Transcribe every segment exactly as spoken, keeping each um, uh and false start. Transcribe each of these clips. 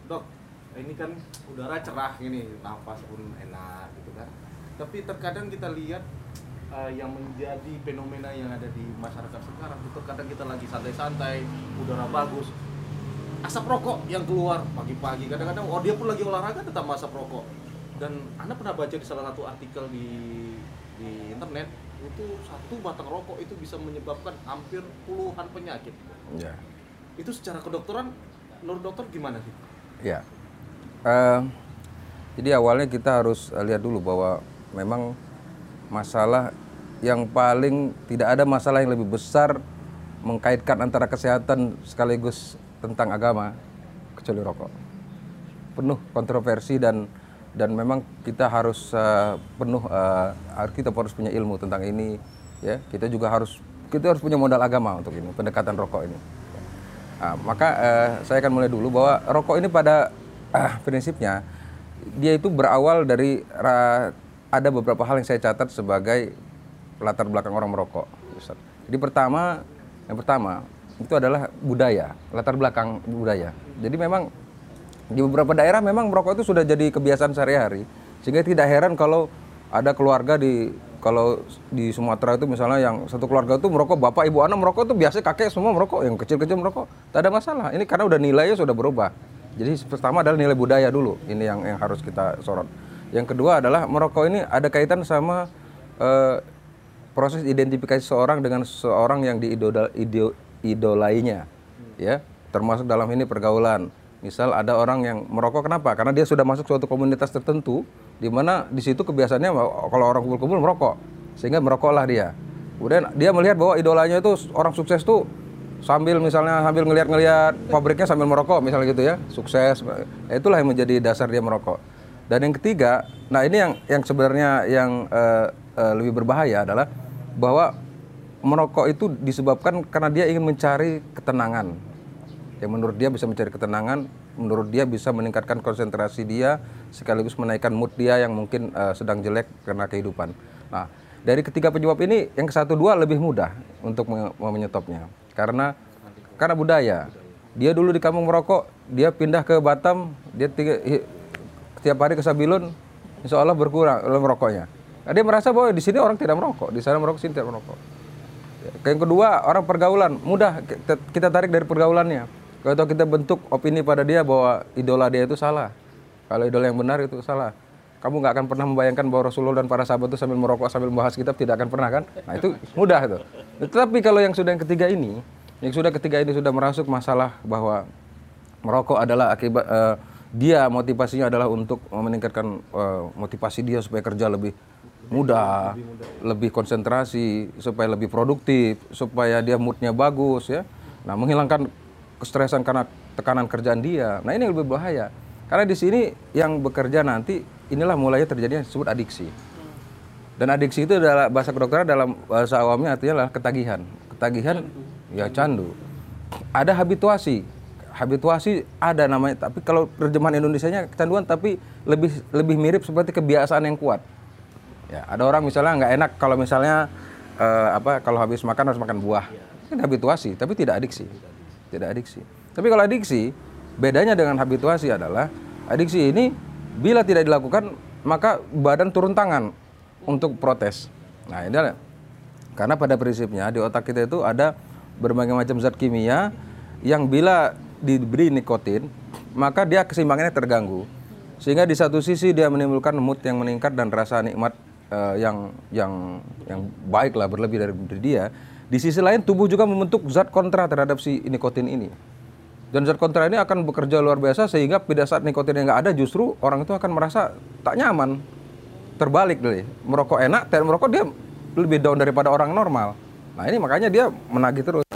Dok, ini kan udara cerah ini, nafas pun enak gitu kan. Tapi terkadang kita lihat uh, yang menjadi fenomena yang ada di masyarakat sekarang itu terkadang kita lagi santai-santai, udara bagus, asap rokok yang keluar pagi-pagi. Kadang-kadang oh dia pun lagi olahraga tetap asap rokok. Dan Anda pernah baca di salah satu artikel di di internet itu satu batang rokok itu bisa menyebabkan hampir puluhan penyakit. Ya. Itu secara kedokteran, menurut dokter gimana sih? Ya. Uh, jadi awalnya kita harus lihat dulu bahwa memang masalah yang paling tidak ada masalah yang lebih besar mengkaitkan antara kesehatan sekaligus tentang agama kecuali rokok. Penuh kontroversi dan dan memang kita harus uh, penuh uh, kita harus punya ilmu tentang ini, ya. Kita juga harus kita harus punya modal agama untuk ini, pendekatan rokok ini. Nah, maka uh, saya akan mulai dulu bahwa rokok ini pada uh, prinsipnya dia itu berawal dari uh, ada beberapa hal yang saya catat sebagai latar belakang orang merokok. Jadi pertama, yang pertama itu adalah budaya, latar belakang budaya. Jadi memang di beberapa daerah memang merokok itu sudah jadi kebiasaan sehari-hari, sehingga tidak heran kalau ada keluarga di kalau di Sumatera itu misalnya yang satu keluarga itu merokok, bapak ibu anak merokok itu biasa kakek semua merokok, yang kecil-kecil merokok, tak ada masalah. Ini karena udah nilainya sudah berubah. Jadi pertama adalah nilai budaya dulu, ini yang yang harus kita sorot. Yang kedua adalah merokok ini ada kaitan sama eh, proses identifikasi seorang dengan seorang yang diidola ido, idolainya, ya, termasuk dalam ini pergaulan. Misal ada orang yang merokok, kenapa? Karena dia sudah masuk suatu komunitas tertentu, di mana di situ kebiasaannya kalau orang kumpul-kumpul merokok, sehingga merokoklah dia. Kemudian dia melihat bahwa idolanya itu orang sukses tuh sambil misalnya sambil ngelihat-ngelihat pabriknya sambil merokok, misalnya gitu ya, sukses. Itulah yang menjadi dasar dia merokok. Dan yang ketiga, nah ini yang yang sebenarnya yang uh, uh, lebih berbahaya adalah bahwa merokok itu disebabkan karena dia ingin mencari ketenangan. Yang menurut dia bisa mencari ketenangan, menurut dia bisa meningkatkan konsentrasi dia, sekaligus menaikkan mood dia yang mungkin uh, sedang jelek karena kehidupan. Nah, dari ketiga penyebab ini, yang ke satu dua lebih mudah untuk menyetopnya. Karena karena budaya. Dia dulu di kampung merokok, dia pindah ke Batam, dia tiga, setiap hari ke Sabilun, insya Allah berkurang merokoknya. Nah, dia merasa bahwa di sini orang tidak merokok, di sana merokok, sini tidak merokok. Yang kedua, orang pergaulan, mudah kita tarik dari pergaulannya. Kalau kita bentuk opini pada dia bahwa idola dia itu salah, kalau idola yang benar itu salah. Kamu nggak akan pernah membayangkan bahwa Rasulullah dan para sahabat itu sambil merokok, sambil membahas kitab, tidak akan pernah kan? Nah itu mudah itu. Tetapi kalau yang sudah yang ketiga ini, yang sudah ketiga ini sudah merasuk masalah bahwa merokok adalah akibat uh, dia motivasinya adalah untuk meningkatkan uh, motivasi dia supaya kerja lebih mudah, lebih, mudah. lebih konsentrasi, supaya lebih produktif, supaya dia moodnya bagus ya. Nah menghilangkan kestresan karena tekanan kerjaan dia. Nah ini yang lebih bahaya. Karena di sini yang bekerja nanti inilah mulainya terjadi yang disebut adiksi. Dan adiksi itu adalah bahasa kedokteran dalam bahasa awamnya artinya adalah ketagihan. Ketagihan ya candu. Ada habituasi. Habituasi ada namanya, tapi kalau terjemahan Indonesianya kecanduan, tapi lebih lebih mirip seperti kebiasaan yang kuat. Ya, ada orang misalnya nggak enak kalau misalnya uh, apa kalau habis makan harus makan buah. Itu habituasi, tapi tidak adiksi. Tidak adiksi. Tapi kalau adiksi, bedanya dengan habituasi adalah adiksi ini bila tidak dilakukan maka badan turun tangan untuk protes. Nah, ini adalah karena pada prinsipnya di otak kita itu ada berbagai macam zat kimia yang bila diberi nikotin maka dia keseimbangannya terganggu. Sehingga di satu sisi dia menimbulkan mood yang meningkat dan rasa nikmat uh, yang yang yang baik lah berlebih dari diri dia. Di sisi lain tubuh juga membentuk zat kontra terhadap si nikotin ini. Dan zat kontra ini akan bekerja luar biasa sehingga pada saat nikotin yang nggak ada justru orang itu akan merasa tak nyaman. Terbalik deh, merokok enak, tidak merokok dia lebih down daripada orang normal. Nah ini makanya dia menagih terus.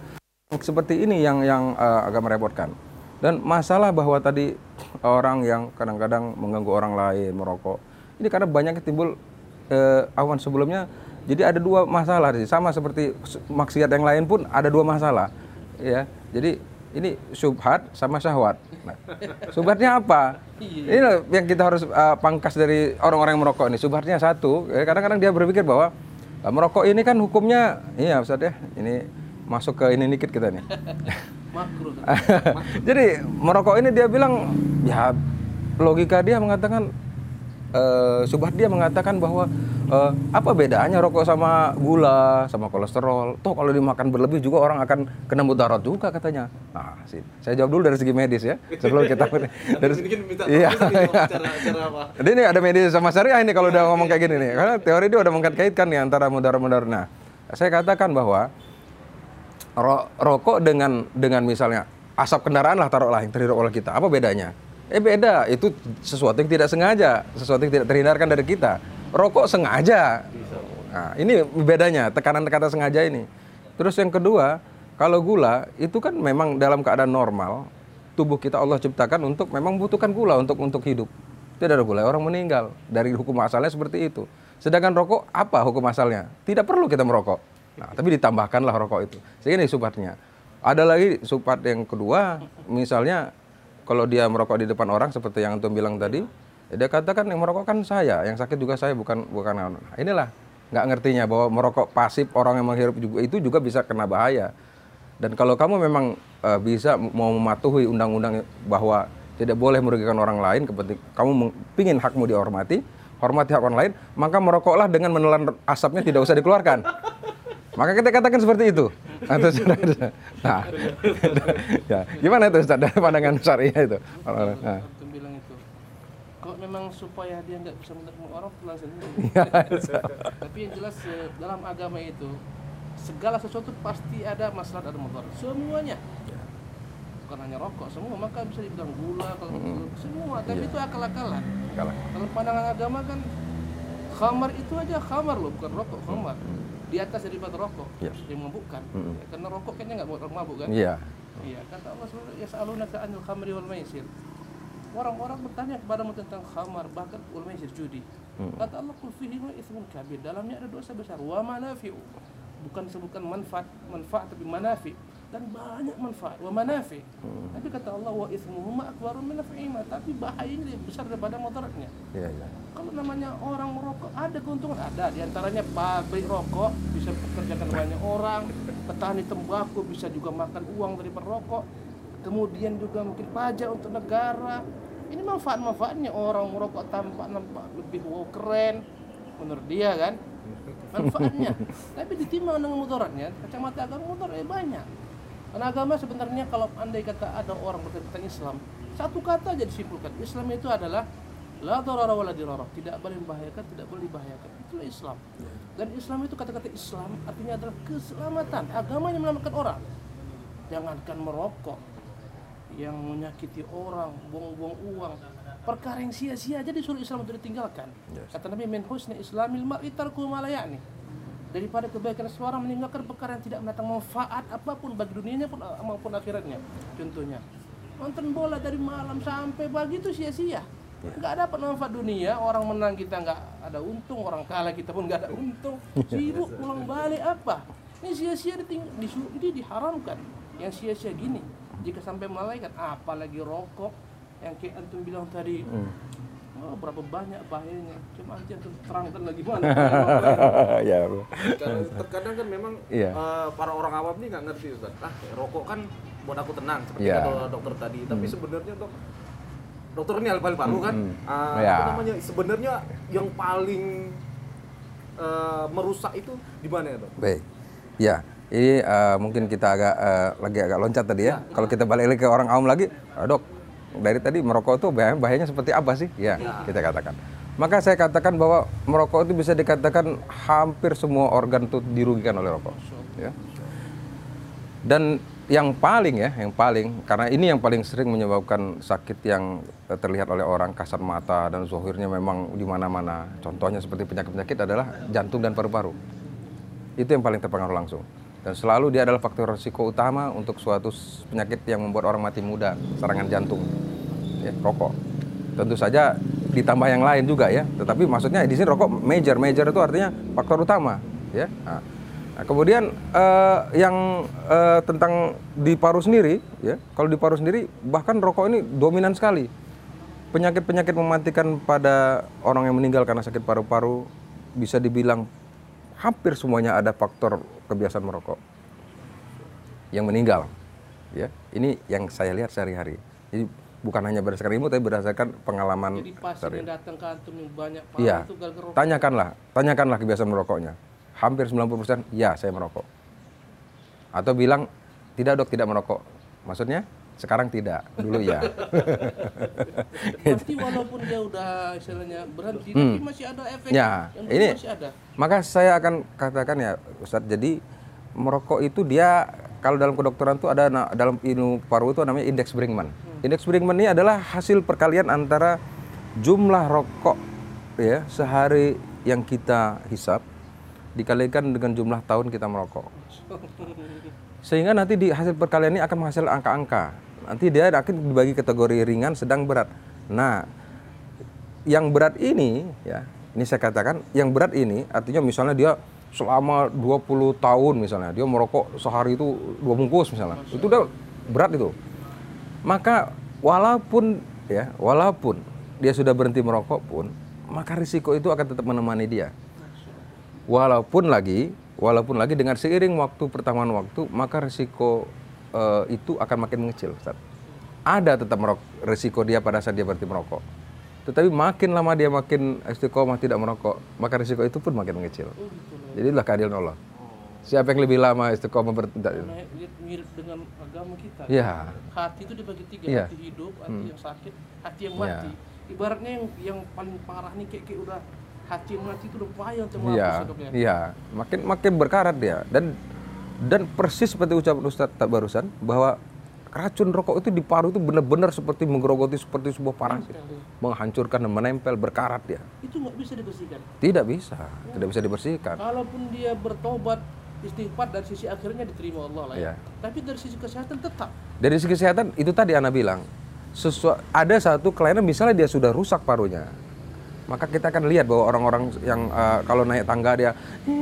Seperti ini yang yang uh, agak merepotkan. Dan masalah bahwa tadi orang yang kadang-kadang mengganggu orang lain merokok, ini karena banyak timbul uh, awan sebelumnya. Jadi ada dua masalah sih, sama seperti maksiat yang lain pun ada dua masalah, ya. Jadi ini syubhat sama syahwat. Nah, syubhatnya apa? Ini yang kita harus uh, pangkas dari orang-orang yang merokok ini. Syubhatnya satu, ya, kadang-kadang dia berpikir bahwa uh, merokok ini kan hukumnya, iya Ustaz ya, ini masuk ke ini dikit kita nih. Makruh. Jadi merokok ini dia bilang, ya logika dia mengatakan, uh, subhat dia mengatakan bahwa uh, apa bedanya rokok sama gula, sama kolesterol? Toh kalau dimakan berlebih juga orang akan kena mudarat juga katanya. Nah, sih. Saya jawab dulu dari segi medis ya, sebelum kita dari iya. Jadi ini ada medis sama syariah ini kalau udah ngomong kayak gini nih, karena teori dia udah mengkait-kaitkan nih antara mudarat-mudarat. Nah, saya katakan bahwa ro rokok dengan dengan misalnya asap kendaraan lah taruhlah yang terhirup oleh kita, apa bedanya? Eh beda, itu sesuatu yang tidak sengaja, sesuatu yang tidak terhindarkan dari kita. Rokok sengaja. Nah, ini bedanya, tekanan kata sengaja ini. Terus yang kedua, kalau gula itu kan memang dalam keadaan normal, tubuh kita Allah ciptakan untuk memang membutuhkan gula untuk untuk hidup. Tidak ada gula, orang meninggal. Dari hukum asalnya seperti itu. Sedangkan rokok apa hukum asalnya? Tidak perlu kita merokok. Nah, tapi ditambahkanlah rokok itu. Sehingga ini subhatnya. Ada lagi subhat yang kedua, misalnya kalau dia merokok di depan orang seperti yang antum bilang tadi, ya dia katakan yang merokok kan saya, yang sakit juga saya, bukan bukan. Nah, inilah nggak ngertinya bahwa merokok pasif orang yang menghirup juga itu juga bisa kena bahaya. Dan kalau kamu memang uh, bisa mau mematuhi undang-undang bahwa tidak boleh merugikan orang lain, kepenting kamu pingin hakmu dihormati, hormati hak orang lain, maka merokoklah dengan menelan asapnya tidak usah dikeluarkan. Maka kita katakan seperti itu. Atau nah, ya, gimana itu Ustaz dari pandangan syariah itu? Nah. Bilang itu, kok memang supaya dia nggak bisa menerima orang pulang sendiri. Tapi yang jelas dalam agama itu segala sesuatu pasti ada maslahat, ada mudarat. Semuanya. Bukan hanya rokok, semua. Maka bisa dibilang gula, kalau mm-hmm. semua. Tapi yeah. itu akal-akalan. Kalau pandangan agama kan khamar itu aja khamar loh, bukan rokok, khamar. Mm-hmm. Di atas daripada rokok, yes. yang memabukkan. Mm-hmm. Ya, karena rokok kayaknya nggak buat orang mabuk kan? Iya. Yeah. Iya, kata Allah subhanahu wa taala, yas'alunaka 'anil khamri wal maisir. Orang-orang bertanya kepadamu tentang khamar, bahkan wal maisir, judi. Mm-hmm. Kata Allah, qul fihima itsmun kabir. Dalamnya ada dosa besar, wa manafi'u. Bukan sebutkan manfaat, manfaat tapi manafi. Dan banyak manfaat, wa manafi. Hmm. Tapi kata Allah, wa itsmuhuma akbaru min naf'ihima, tapi bahayanya lebih besar daripada mudaratnya. Iya, iya. Kalau namanya orang merokok ada keuntungan, ada. Di antaranya pabrik rokok bisa pekerjakan banyak orang, petani tembakau bisa juga makan uang dari perokok. Kemudian juga mungkin pajak untuk negara. Ini manfaat-manfaatnya, orang merokok tampak nampak lebih wow keren menurut dia kan. Manfaatnya. Tapi ditimbang dengan mudaratnya, kacamata agama mudaratnya banyak. Karena agama sebenarnya kalau andai kata ada orang berkata tentang Islam, satu kata aja disimpulkan. Islam itu adalah la darara wa la dirara, tidak boleh membahayakan, tidak boleh dibahayakan. Itulah Islam. Dan Islam itu kata-kata Islam artinya adalah keselamatan, agama yang menyelamatkan orang. Jangankan merokok yang menyakiti orang, buang-buang uang, perkara yang sia-sia aja disuruh Islam untuk ditinggalkan. Kata Nabi, min husni islamil mar'i tarku ma la ya'ni. Daripada kebaikan seorang meninggalkan perkara yang tidak mendatangkan manfaat apapun bagi dunianya pun maupun akhiratnya. Contohnya, nonton bola dari malam sampai pagi itu sia-sia. Nggak dapat manfaat dunia, orang menang kita nggak ada untung, orang kalah kita pun nggak ada untung. Sibuk pulang balik apa? Ini sia-sia diting- disuruh, ini diharamkan. Yang sia-sia gini, jika sampai malaikat, apalagi rokok yang kayak antum bilang tadi. Oh, berapa banyak bahayanya. Cuma nanti antum terangkan lagi mana. Ya, terkadang kan memang yeah. uh, para orang awam ini nggak ngerti Ustaz. Ah, rokok kan buat aku tenang seperti yeah. kata dokter tadi. Tapi hmm. sebenarnya dok, dokter ini paling baru kan. Hmm. Uh, yeah. Apa namanya? Sebenarnya yang paling uh, merusak itu di mana ya dok? Baik. Ya, ini uh, mungkin kita agak uh, lagi agak loncat tadi ya. ya Kalau kita balik lagi ke orang awam lagi, uh, dok. Dari tadi merokok itu bahaya, bahayanya seperti apa sih? Ya, ya, kita katakan. Maka saya katakan bahwa merokok itu bisa dikatakan hampir semua organ itu dirugikan oleh rokok. Ya. Dan yang paling ya, yang paling, karena ini yang paling sering menyebabkan sakit yang terlihat oleh orang, kasat mata dan zohirnya memang di mana-mana. Contohnya seperti penyakit-penyakit adalah jantung dan paru-paru. Itu yang paling terpengaruh langsung. Dan selalu dia adalah faktor risiko utama untuk suatu penyakit yang membuat orang mati muda, serangan jantung, ya, rokok. Tentu saja ditambah yang lain juga ya, tetapi maksudnya di sini rokok major, major itu artinya faktor utama, ya. Nah, nah kemudian eh, yang eh, tentang di paru sendiri, ya, kalau di paru sendiri bahkan rokok ini dominan sekali. Penyakit-penyakit mematikan pada orang yang meninggal karena sakit paru-paru bisa dibilang hampir semuanya ada faktor kebiasaan merokok yang meninggal. Ya, ini yang saya lihat sehari-hari. Jadi bukan hanya berdasarkan ilmu, tapi berdasarkan pengalaman. Jadi pasien sehari. yang datang ke antum yang banyak parah Iya, itu gara-gara rokok. tanyakanlah, tanyakanlah kebiasaan merokoknya. Hampir sembilan puluh persen, ya saya merokok. Atau bilang, tidak dok, tidak merokok. Maksudnya, sekarang tidak, dulu ya. Berarti walaupun dia udah istilahnya berhenti, Hmm. tapi masih ada efek Ya, yang ini masih ada. maka saya akan katakan ya Ustadz, jadi merokok itu dia, kalau dalam kedokteran itu ada na- dalam ilmu paru itu namanya indeks Brinkman. Indeks Brinkman ini adalah hasil perkalian antara jumlah rokok ya sehari yang kita hisap dikalikan dengan jumlah tahun kita merokok. Sehingga nanti di hasil perkalian ini akan menghasilkan angka-angka. Nanti dia akan dibagi kategori ringan, sedang, berat. Nah, yang berat ini ya, ini saya katakan yang berat ini artinya misalnya dia selama dua puluh tahun misalnya dia merokok sehari itu dua bungkus misalnya. Itu udah berat itu. Maka walaupun ya, walaupun dia sudah berhenti merokok pun, maka risiko itu akan tetap menemani dia. Walaupun lagi, walaupun lagi dengan seiring waktu pertambahan waktu, maka risiko uh, itu akan makin mengecil. Ustaz. Ada tetap merokok, risiko dia pada saat dia berhenti merokok. Tetapi makin lama dia makin istiqomah tidak merokok, maka risiko itu pun makin mengecil. Oh, gitu loh. Jadi itulah keadilan Allah. Siapa yang lebih lama istiqomah bertindak? Karena dia mirip dengan agama kita. Ya. Hati itu dibagi tiga, Iya. hati hidup, hati Hmm. yang sakit, hati yang Iya. mati. Ibaratnya yang yang paling parah nih kayak, kayak udah hati yang mati itu udah payah untuk Iya, menghapus hidupnya. iya. Makin makin berkarat dia dan dan persis seperti ucapan Ustadz tak barusan bahwa racun rokok itu di paru itu benar-benar seperti menggerogoti seperti sebuah parasit, menghancurkan dan menempel berkarat dia. Itu nggak bisa dibersihkan. Tidak bisa, tidak bisa dibersihkan. Kalaupun dia bertobat, istighfar, dari sisi akhirnya diterima Allah lah ya. Iya. Tapi dari sisi kesehatan tetap. Dari segi kesehatan itu tadi Ana bilang, sesua- ada satu kelainan misalnya dia sudah rusak parunya, maka kita akan lihat bahwa orang-orang yang uh, kalau naik tangga dia,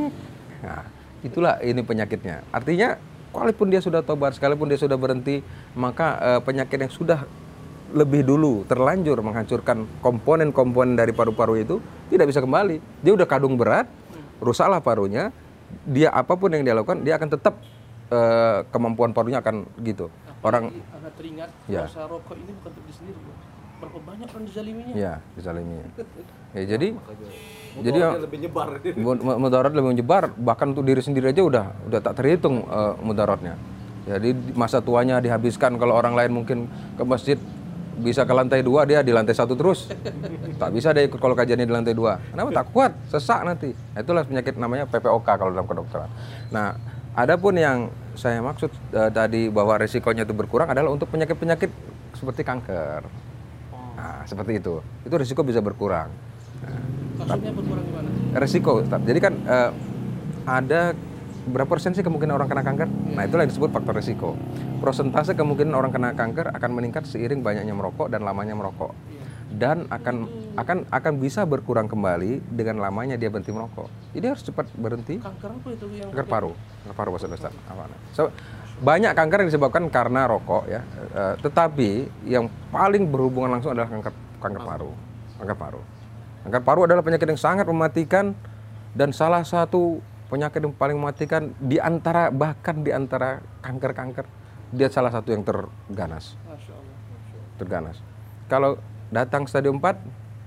nah itulah ini penyakitnya. Artinya walaupun dia sudah tobat, sekalipun dia sudah berhenti, maka uh, penyakit yang sudah lebih dulu terlanjur menghancurkan komponen-komponen dari paru-paru itu tidak bisa kembali. Dia udah kadung berat, rusaklah parunya, dia apapun yang dia lakukan, dia akan tetap uh, kemampuan parunya akan gitu. Orang Apalagi Anda teringat Ya. rasa rokok ini bukan untuk diri sendiri, Bro. Berapa banyak orang dizaliminya? ya dizaliminya. Ya, jadi Makanya jadi motornya lebih nyebar. mu- mu- mudarat lebih menyebar, bahkan untuk diri sendiri aja udah udah tak terhitung uh, mudaratnya. Jadi masa tuanya dihabiskan, kalau orang lain mungkin ke masjid bisa ke lantai dua, dia di lantai satu terus. Tak bisa dia ikut kalau kajiannya di lantai dua. Kenapa? Tak kuat, sesak nanti. Nah, itulah penyakit namanya P P O K kalau dalam kedokteran. Nah, adapun yang saya maksud uh, tadi bahwa resikonya itu berkurang adalah untuk penyakit-penyakit seperti kanker. Nah, seperti itu. Itu risiko bisa berkurang. Maksudnya berkurang gimana? Resiko, Ustaz. Jadi kan eh, ada berapa persen sih kemungkinan orang kena kanker? Nah, itulah yang disebut faktor resiko. Persentase kemungkinan orang kena kanker akan meningkat seiring banyaknya merokok dan lamanya merokok. Dan akan akan akan bisa berkurang kembali dengan lamanya dia berhenti merokok. Jadi harus cepat berhenti. Kanker apa itu yang Kanker paru, kanker paru maksud Ustaz. Apa? So, banyak kanker yang disebabkan karena rokok ya. Eh, tetapi yang paling berhubungan langsung adalah kanker kanker paru. Kanker paru. Kanker paru adalah penyakit yang sangat mematikan dan salah satu penyakit yang paling mematikan di antara bahkan di antara kanker-kanker, dia salah satu yang terganas. Masya Allah. Terganas. Kalau datang stadium empat,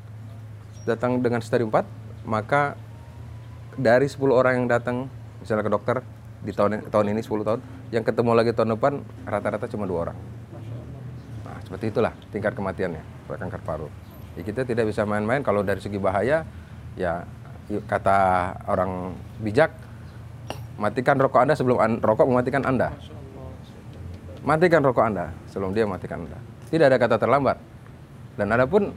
datang dengan stadium empat, maka dari sepuluh orang yang datang misalnya ke dokter di tahun tahun ini sepuluh tahun, yang ketemu lagi tahun depan rata-rata cuma dua orang. Masya Allah. Nah, seperti itulah tingkat kematiannya pada kanker paru. Ya, kita tidak bisa main-main kalau dari segi bahaya, ya yuk, kata orang bijak, matikan rokok Anda sebelum an- rokok mematikan Anda. Masya Allah. Matikan rokok Anda sebelum dia mematikan Anda. Tidak ada kata terlambat. Dan adapun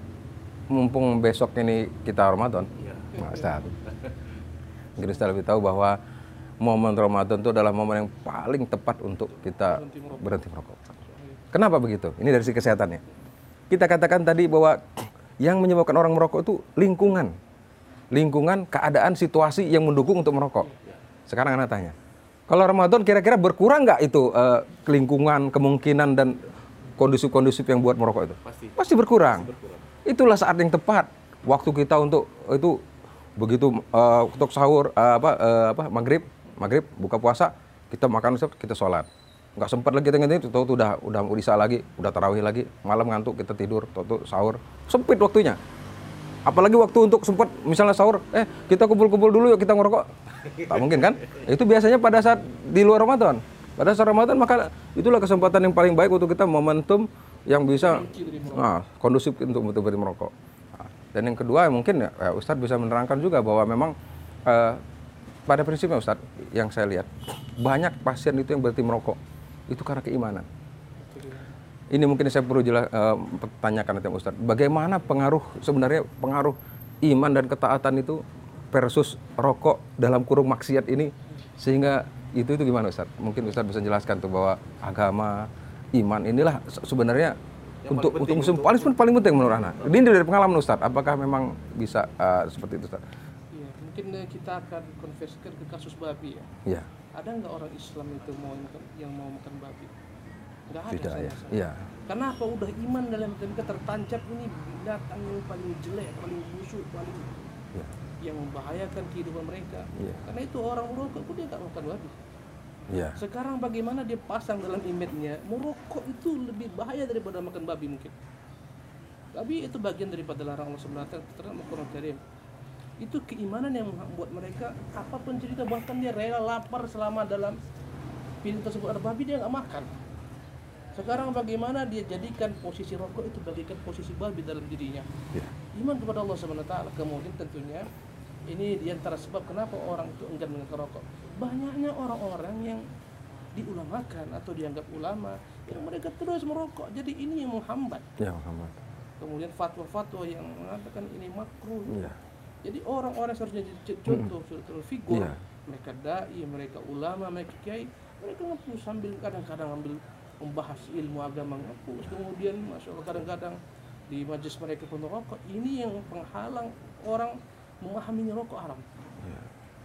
mumpung besok ini kita Ramadan, nah, Ustaz, mungkin Ustaz lebih tahu bahwa momen Ramadan itu adalah momen yang paling tepat untuk kita Berhenti merokok. berhenti merokok. Kenapa begitu? Ini dari segi kesehatannya. Kita katakan tadi bahwa yang menyebabkan orang merokok itu lingkungan. Lingkungan, keadaan, situasi yang mendukung untuk merokok. Sekarang Anda tanya, kalau Ramadan kira-kira berkurang nggak itu eh, lingkungan, kemungkinan, dan kondisi-kondisi yang buat merokok itu? Pasti. Pasti berkurang. Itulah saat yang tepat. Waktu kita untuk itu begitu eh, untuk sahur, eh, apa, eh, apa maghrib, maghrib buka puasa, kita makan, kita sholat. nggak sempat lagi kita ngerti, tuh udah udah isya lagi, udah tarawih lagi, malam ngantuk kita tidur, tuh sahur, sempit waktunya. Apalagi waktu untuk sempat misalnya sahur, eh kita kumpul-kumpul dulu yuk kita ngerokok, tak mungkin kan? Itu biasanya pada saat di luar Ramadan. Pada saat Ramadan maka itulah kesempatan yang paling baik untuk kita momentum yang bisa nah, kondusif untuk betul-betul merokok. Nah, dan yang kedua mungkin ya, ya Ustadz bisa menerangkan juga bahwa memang eh, pada prinsipnya Ustadz yang saya lihat banyak pasien itu yang berhenti merokok itu karena keimanan. Ini mungkin saya perlu jelas uh, tanyakan nanti Ustadz, bagaimana pengaruh sebenarnya pengaruh iman dan ketaatan itu versus rokok dalam kurung maksiat ini, sehingga itu itu gimana Ustadz? Mungkin Ustadz bisa jelaskan tuh bahwa agama, iman inilah sebenarnya yang untuk untuk musim paling paling penting menurut Anda. Ini dari pengalaman Ustadz, apakah memang bisa uh, seperti itu Ustadz? Iya, mungkin kita akan konversikan ke kasus babi ya. Iya. Ada nggak orang Islam itu mau yang mau makan babi? Nggak ada. Tidak saya ya. Iya. Kenapa? Udah iman dalam mereka tertancap ini binatang yang paling jelek, paling busuk, paling ya. yang membahayakan kehidupan mereka. Ya. Karena itu orang merokok pun dia nggak makan babi. Ya. Sekarang bagaimana dia pasang dalam image-nya, merokok itu lebih bahaya daripada makan babi mungkin. Babi itu bagian daripada larang Allah Subhanahu wa taala terhadap Al-Qur'an Karim. Itu keimanan yang membuat mereka apapun cerita, bahkan dia rela lapar selama dalam piring tersebut ada babi dia nggak makan. Sekarang bagaimana dia jadikan posisi rokok itu bagikan posisi babi dalam dirinya. Ya. Iman kepada Allah Subhanahu wa taala. Kemudian tentunya ini diantara sebab kenapa orang itu enggan mengenal rokok. Banyaknya orang-orang yang diulamakan atau dianggap ulama yang mereka terus merokok. Jadi ini yang menghambat. Ya, menghambat. Kemudian fatwa-fatwa yang mengatakan ini makruh. Ya. Jadi orang-orang seharusnya jadi contoh, hmm. figur. Ya. Mereka dai, mereka ulama, mereka kiai, mereka ngapus sambil kadang-kadang ambil membahas ilmu agama ngapus. Kemudian masya Allah kadang-kadang di majelis mereka pun rokok. Ini yang penghalang orang memahami rokok haram. Ya.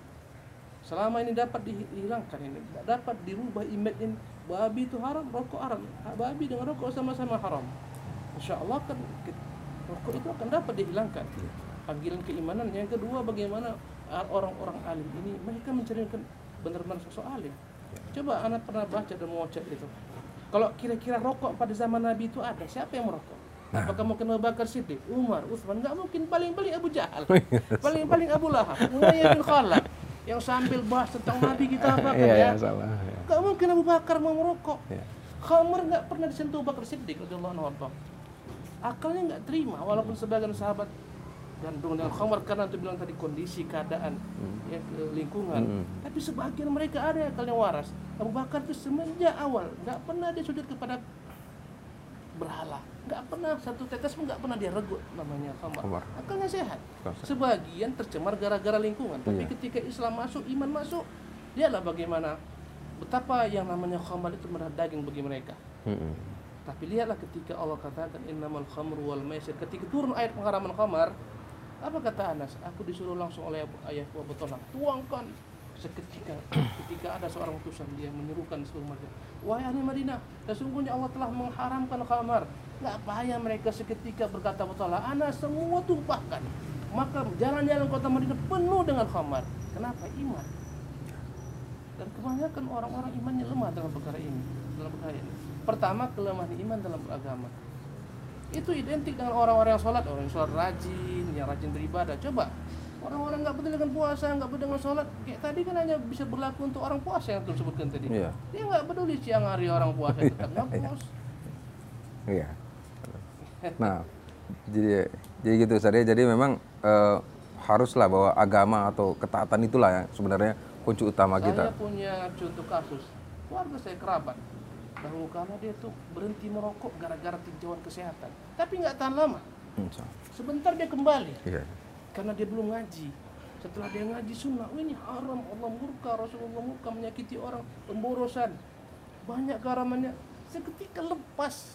Selama ini dapat dihilangkan, ini dapat dirubah image ini, babi itu haram, rokok haram. Babi dengan rokok sama-sama haram. Insya Allah kan rokok itu akan dapat dihilangkan. Panggilan keimanan. Yang kedua, bagaimana orang-orang alim ini mereka menceritakan benar-benar sosok alim. Coba anak pernah baca dan mewajat itu. Kalau kira-kira rokok pada zaman Nabi itu ada, siapa yang merokok? Nah. Apakah mungkin Abu Bakar Siddiq, Umar, Utsman? Enggak mungkin. Paling-paling Abu Jahal, paling-paling Abu Lahab, Umayyah bin Khalaf, yang sambil bahas tentang Nabi kita apa kan ya? Enggak mungkin Abu Bakar mau merokok. Ya. Khamar enggak pernah disentuh Abu Bakar Siddiq radhiyallahu anhu. Akalnya enggak terima, walaupun sebagian sahabat gandung dengan khamar karena itu bilang tadi kondisi keadaan hmm. ya lingkungan. Hmm. Tapi sebagian mereka ada akalnya waras. Abu Bakar itu semenjak awal enggak pernah dia sujud kepada berhala, nggak pernah satu tetes pun nggak pernah dia regut namanya khamar. Akalnya sehat. Sebagian tercemar gara-gara lingkungan. Tapi iya. ketika Islam masuk, iman masuk, dialah bagaimana betapa yang namanya khamar itu merah daging bagi mereka. Hmm. Tapi lihatlah ketika Allah katakan innamal khamru wal maisir, ketika turun ayat pengharaman khamar, apa kata Anas? Aku disuruh langsung oleh ayahku Abu Talha, tuangkan. Seketika ketika ada seorang utusan dia menyuruhkan seluruh Madinah, wahai ahli Madinah, sesungguhnya Allah telah mengharamkan khamar. Enggak payah mereka seketika berkata Abu Talha, ana semua tumpahkan. Maka jalan-jalan kota Madinah penuh dengan khamar. Kenapa? Iman. Dan kebanyakan orang-orang imannya lemah dalam perkara ini, dalam perkara ini. Pertama, kelemahan iman dalam beragama. Itu identik dengan orang-orang yang sholat, orang yang sholat rajin, yang rajin beribadah. Coba orang-orang nggak peduli dengan puasa, nggak peduli dengan sholat, kayak tadi kan hanya bisa berlaku untuk orang puasa yang tersebutkan tadi. Iya. Dia nggak peduli siang hari orang puasa tetap ngapus. Iya. Nah, jadi jadi gitu saja. Jadi memang eh, haruslah bahwa agama atau ketaatan itulah yang sebenarnya kunci utama saya kita. Saya punya contoh kasus keluarga saya kerabat. Dahulu karena dia tuh berhenti merokok gara-gara tinjauan kesehatan, tapi nggak tahan lama. Sebentar dia kembali. Iya. Karena dia belum ngaji. Setelah dia ngaji sunnah, oh ini haram, Allah murka, Rasulullah murka, menyakiti orang, pemborosan, banyak keharamannya. Seketika lepas,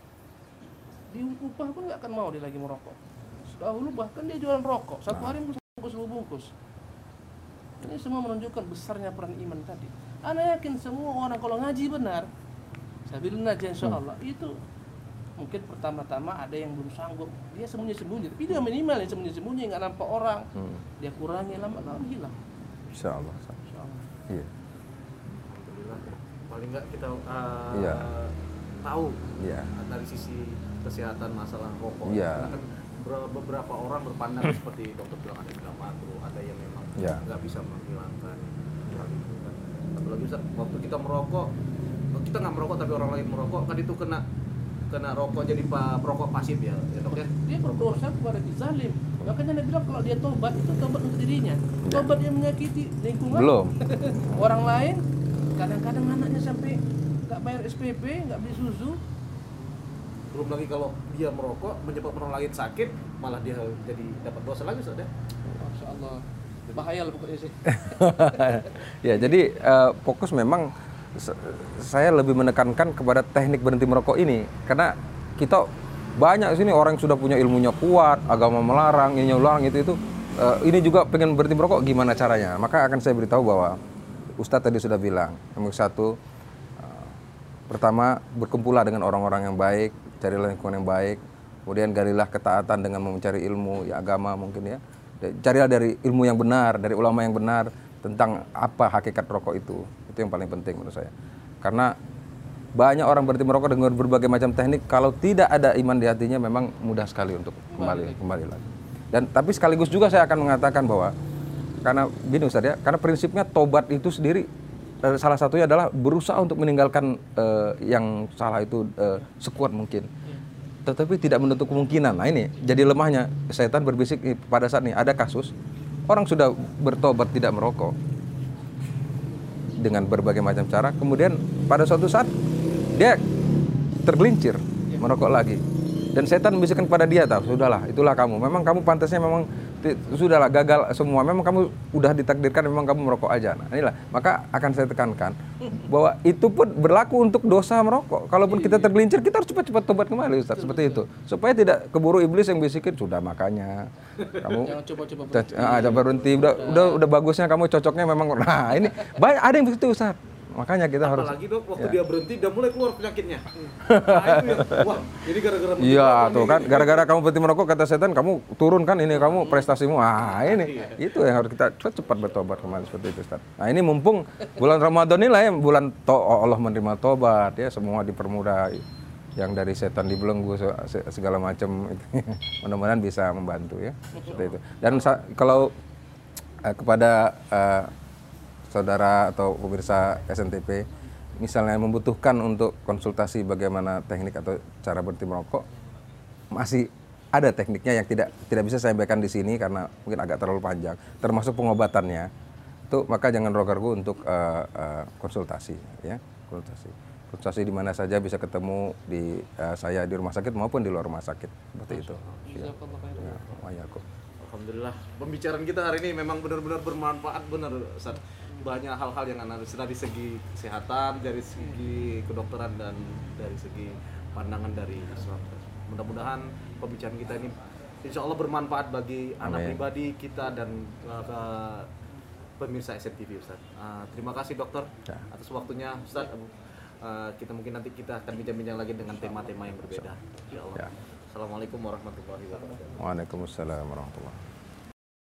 diupah pun nggak akan mau dia lagi merokok. Dahulu bahkan dia jualan rokok, satu hari bungkus dua bungkus. Ini semua menunjukkan besarnya peran iman tadi. Ana yakin semua orang kalau ngaji benar, saya bilang aja insya Allah hmm. itu mungkin pertama-tama ada yang belum sanggup, dia sembunyi-sembunyi, tapi dia minimal yang sembunyi-sembunyi nggak nampak orang, hmm. dia kurangi lama-lama hilang. Insya Allah. Insya Allah. Iya. Alhamdulillah. paling nggak kita uh, Iya. tahu Iya. dari sisi kesehatan masalah rokok. Iya. Karena kan ber- beberapa orang berpandang seperti dokter bilang ada yang bilang makro, ada yang memang Iya. nggak bisa menghilangkan hal itu kan. Apalagi Ustaz, waktu kita merokok, kita nggak merokok tapi orang lain merokok kan itu kena kena rokok jadi pa, perokok pasif ya, ya dok ya. Dia berdosa kepada zalim. Makanya dia bilang kalau dia tobat itu tobat untuk dirinya. Tobat yang menyakiti lingkungan. Belum. Orang lain, kadang-kadang anaknya sampai nggak bayar S P P, nggak beli susu. Belum lagi kalau dia merokok menyebabkan orang lain sakit, malah dia jadi dapat dosa lagi Ustaz ya. Masya Allah. Bahaya lah pokoknya sih. Ya, jadi eh, fokus memang se- saya lebih menekankan kepada teknik berhenti merokok ini karena kita banyak sini orang yang sudah punya ilmunya kuat, agama melarang, ini melarang itu itu eh, ini juga pengen berhenti merokok gimana caranya? Maka akan saya beritahu bahwa Ustadz tadi sudah bilang, nomor satu eh, pertama berkumpullah dengan orang-orang yang baik, carilah lingkungan yang baik, kemudian galilah ketaatan dengan mencari ilmu ya agama mungkin ya. Carilah dari ilmu yang benar, dari ulama yang benar tentang apa hakikat rokok itu. Itu yang paling penting menurut saya. Karena banyak orang berhenti merokok dengan berbagai macam teknik, kalau tidak ada iman di hatinya memang mudah sekali untuk kembali kembali lagi. Dan tapi sekaligus juga saya akan mengatakan bahwa karena gini Ustaz ya, karena prinsipnya tobat itu sendiri eh, salah satunya adalah berusaha untuk meninggalkan eh, yang salah itu eh, sekuat mungkin. Tetapi tidak menutup kemungkinan. Nah ini jadi lemahnya setan berbisik eh, pada saat ini ada kasus orang sudah bertobat tidak merokok dengan berbagai macam cara, kemudian pada suatu saat dia tergelincir merokok lagi dan setan membisikkan kepada dia, tahu sudahlah itulah kamu, memang kamu pantasnya memang ti- sudahlah gagal semua, memang kamu udah ditakdirkan memang kamu merokok aja. Nah inilah maka akan saya tekankan bahwa itu pun berlaku untuk dosa merokok. Kalaupun kita tergelincir kita harus cepat-cepat tobat kembali Ustaz, seperti itu supaya tidak keburu iblis yang bisikin sudah makanya kamu Jangan coba-coba Cac- ah, coba berhenti udah udah udah bagusnya kamu cocoknya memang nah ini banyak ada yang begitu Ustaz, makanya kita harus Apalagi dok, waktu ya. dia berhenti udah mulai keluar penyakitnya. Nah, itu ya. Wah, jadi gara-gara berhenti Iya merokok tuh nih. kan gara-gara kamu berhenti merokok kata setan kamu turun kan ini kamu prestasimu ah ini itu yang harus kita cepat bertobat kembali seperti itu Ustaz. Nah ini mumpung bulan Ramadan ini lah ya bulan to Allah menerima tobat ya, semua dipermudah yang dari setan dibelenggu se- segala macam itu. Mudah-mudahan bisa membantu ya seperti itu. Dan sa- kalau eh, kepada eh, saudara atau pemirsa S N T P misalnya membutuhkan untuk konsultasi bagaimana teknik atau cara berhenti merokok, masih ada tekniknya yang tidak tidak bisa saya sampaikan di sini karena mungkin agak terlalu panjang, termasuk pengobatannya. Itu maka jangan ragu-ragu untuk uh, uh, konsultasi ya, konsultasi. Konsultasi di mana saja bisa ketemu di uh, saya di rumah sakit maupun di luar rumah sakit seperti itu. Ya. Jazakallah khairan. Ya, wa'alaikum. Alhamdulillah, pembicaraan kita hari ini memang benar-benar bermanfaat benar Ustaz. Banyak hal-hal yang analis dari segi kesehatan, dari segi kedokteran dan dari segi pandangan dari Islam. Mudah-mudahan pembicaraan kita ini insya Allah bermanfaat bagi anak Amin. pribadi kita dan uh, pemirsa S N T V Ustaz. Uh, terima kasih dokter Ya. atas waktunya Ustaz. Uh, kita mungkin nanti kita akan bincang-bincang lagi dengan tema-tema yang berbeda. Insya Allah. Ya. Assalamualaikum warahmatullahi wabarakatuh. Waalaikumsalam warahmatullahi wabarakatuh.